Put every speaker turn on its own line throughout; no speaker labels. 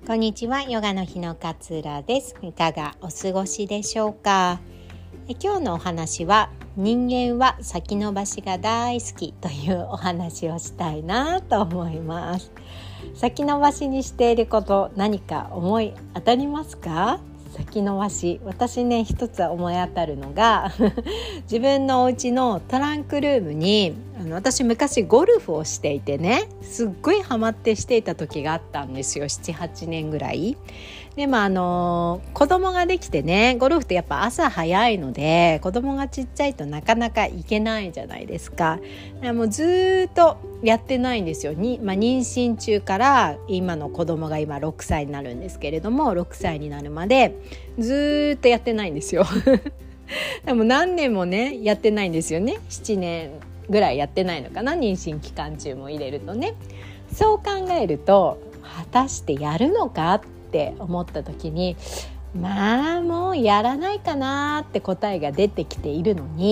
こんにちは、ヨガの日の勝浦です。いかがお過ごしでしょうか。今日のお話は、人間は先延ばしが大好きというお話をしたいなと思います。先延ばしにしていること、何か思い当たりますか？先延ばし、私ね、一つ思い当たるのが自分のお家のトランクルームに私昔ゴルフをしていてね、すっごいハマってしていた時があったんですよ。 7,8 年ぐらいでも子供ができてね、ゴルフってやっぱ朝早いので、子供がちっちゃいとなかなか行けないじゃないですか。もうずっとやってないんですよ。妊娠中から今の子供が今6歳になるんですけれども、6歳になるまでずっとやってないんですよでも何年もねやってないんですよね。7年ぐらいやってないのかな、妊娠期間中も入れるとね。そう考えると、果たしてやるのかって思った時に、もうやらないかなって答えが出てきている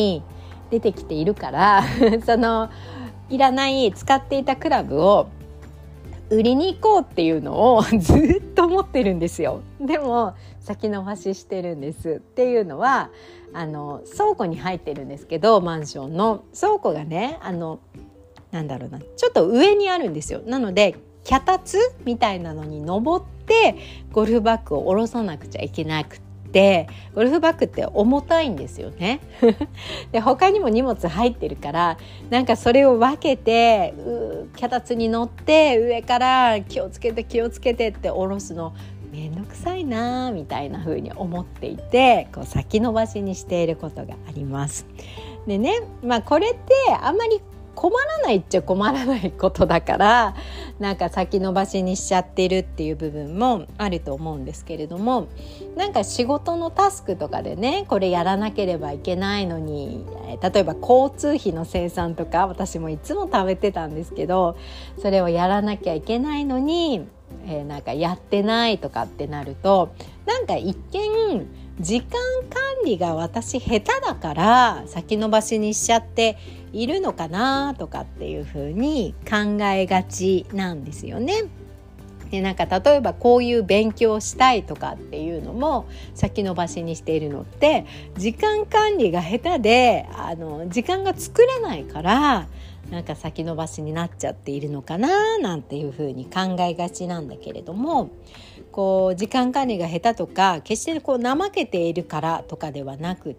からそのいらない使っていたクラブを売りに行こうっていうのをずっと思ってるんですよ。でも先延ばししてるんです。っていうのは倉庫に入ってるんですけど、マンションの倉庫がね、ちょっと上にあるんですよ。なので脚立みたいなのに登ってゴルフバッグを下ろさなくちゃいけなくて、ゴルフバッグって重たいんですよねで他にも荷物入ってるから、それを分けて脚立に乗って上から気をつけてって下ろすのめんどくさいなみたいな風に思っていて、先延ばしにしていることがあります。でね、これってあんまり困らないっちゃ困らないことだから、先延ばしにしちゃってるっていう部分もあると思うんですけれども、仕事のタスクとかでね、これやらなければいけないのに、例えば交通費の生産とか、私もいつも食べてたんですけど、それをやらなきゃいけないのに、やってないとかってなると、一見時間管理が私下手だから先延ばしにしちゃっているのかなとかっていう風に考えがちなんですよね。で例えばこういう勉強をしたいとかっていうのも先延ばしにしているのって、時間管理が下手で時間が作れないから先延ばしになっちゃっているのかななんていうふうに考えがちなんだけれども、時間管理が下手とか決して怠けているからとかではなくって、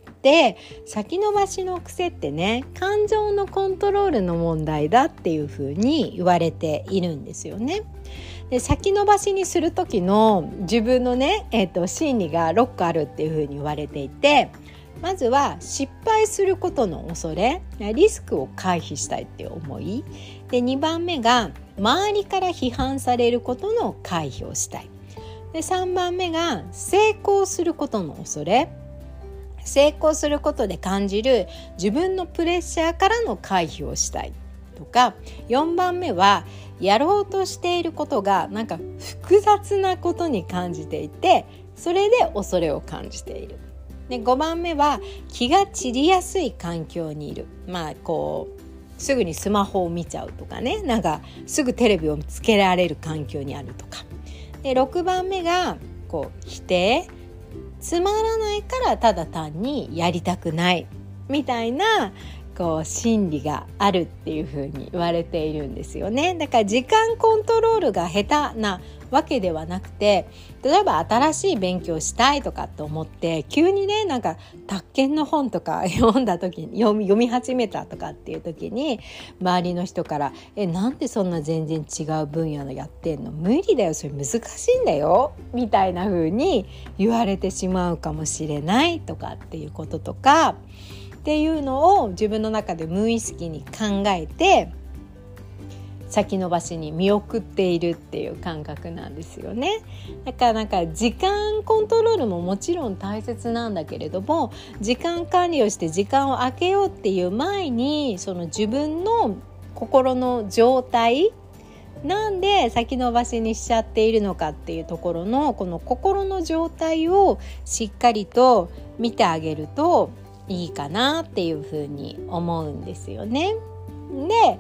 先延ばしの癖ってね、感情のコントロールの問題だっていうふうに言われているんですよね。で先延ばしにする時の自分のね、心理が6個あるっていうふうに言われていて、まずは失敗することの恐れ、リスクを回避したいっていう思いで、2番目が周りから批判されることの回避をしたい。で3番目が成功することの恐れ、成功することで感じる自分のプレッシャーからの回避をしたいとか、4番目はやろうとしていることが複雑なことに感じていて、それで恐れを感じている。で5番目は気が散りやすい環境にいる。すぐにスマホを見ちゃうとかね、すぐテレビをつけられる環境にあるとか。で6番目が否定、つまらないからただ単にやりたくないみたいな心理があるっていう風に言われているんですよね。だから時間コントロールが下手なわけではなくて、例えば新しい勉強したいとかと思って急にね、宅建の本とか読んだ時に読み始めたとかっていう時に、周りの人からなんでそんな全然違う分野のやってんの、無理だよ、それ難しいんだよみたいな風に言われてしまうかもしれないとかっていうこととかっていうのを自分の中で無意識に考えて先延ばしに見送っているっていう感覚なんですよね。だから時間コントロールももちろん大切なんだけれども、時間管理をして時間を空けようっていう前に、その自分の心の状態、なんで先延ばしにしちゃっているのかっていうところのこの心の状態をしっかりと見てあげるといいかなっていうふうに思うんですよね。で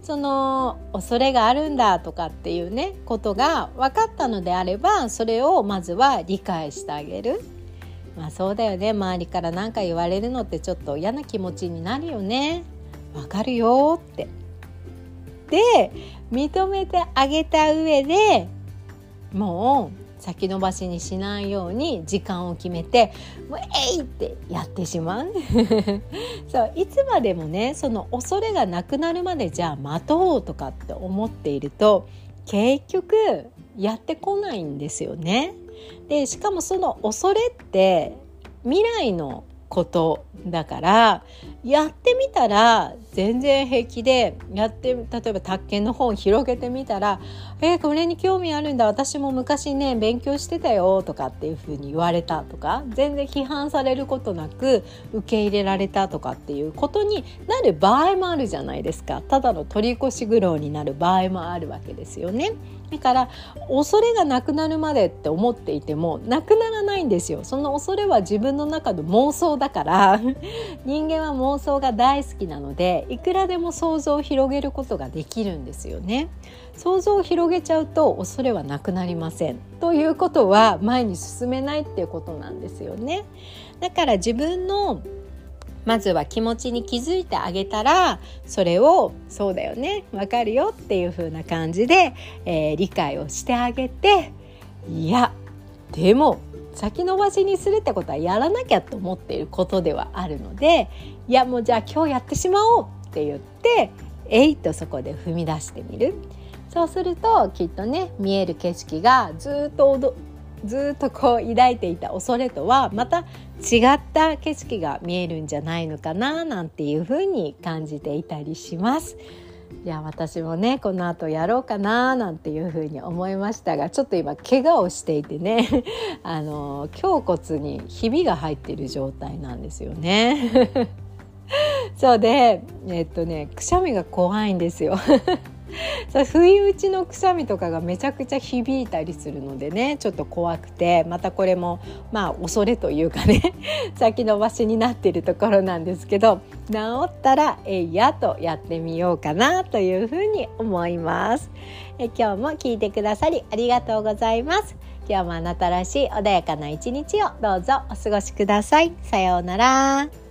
その恐れがあるんだとかっていうねことが分かったのであれば、それをまずは理解してあげる。そうだよね、周りから何か言われるのってちょっと嫌な気持ちになるよね、わかるよってで認めてあげた上で、もう先延ばしにしないように時間を決めて、もうえいってやってしまうそういつまでもね、その恐れがなくなるまでじゃあ待とうとかって思っていると、結局やってこないんですよね。でしかもその恐れって未来のことだから、やってみたら全然平気で例えば宅建の本広げてみたら、これに興味あるんだ、私も昔ね勉強してたよとかっていう風に言われたとか、全然批判されることなく受け入れられたとかっていうことになる場合もあるじゃないですか。ただの取り越し苦労になる場合もあるわけですよね。だから恐れがなくなるまでって思っていてもなくならないんですよ。その恐れは自分の中の妄想だから人間は妄想が大好きなので、いくらでも想像を広げることができるんですよね。想像を広げちゃうと恐れはなくなりません。ということは前に進めないっていうことなんですよね。だから自分のまずは気持ちに気づいてあげたら、それをそうだよね、わかるよっていう風な感じで、理解をしてあげて、いやでも先延ばしにするってことはやらなきゃと思っていることではあるので、いやもうじゃあ今日やってしまおうって言ってとそこで踏み出してみる。そうするときっとね、見える景色がずっとこう抱いていた恐れとはまた違った景色が見えるんじゃないのかななんていうふうに感じていたりします。いや私もねこの後やろうかななんていうふうに思いましたが、ちょっと今怪我をしていてね胸骨にひびが入っている状態なんですよねそうでくしゃみが怖いんですよ不意打ちのくしゃみとかがめちゃくちゃ響いたりするのでね、ちょっと怖くて、またこれも恐れというかね先延ばしになっているところなんですけど、治ったらやとやってみようかなというふうに思います。今日も聞いてくださりありがとうございます。今日もあなたらしい穏やかな一日をどうぞお過ごしください。さようなら。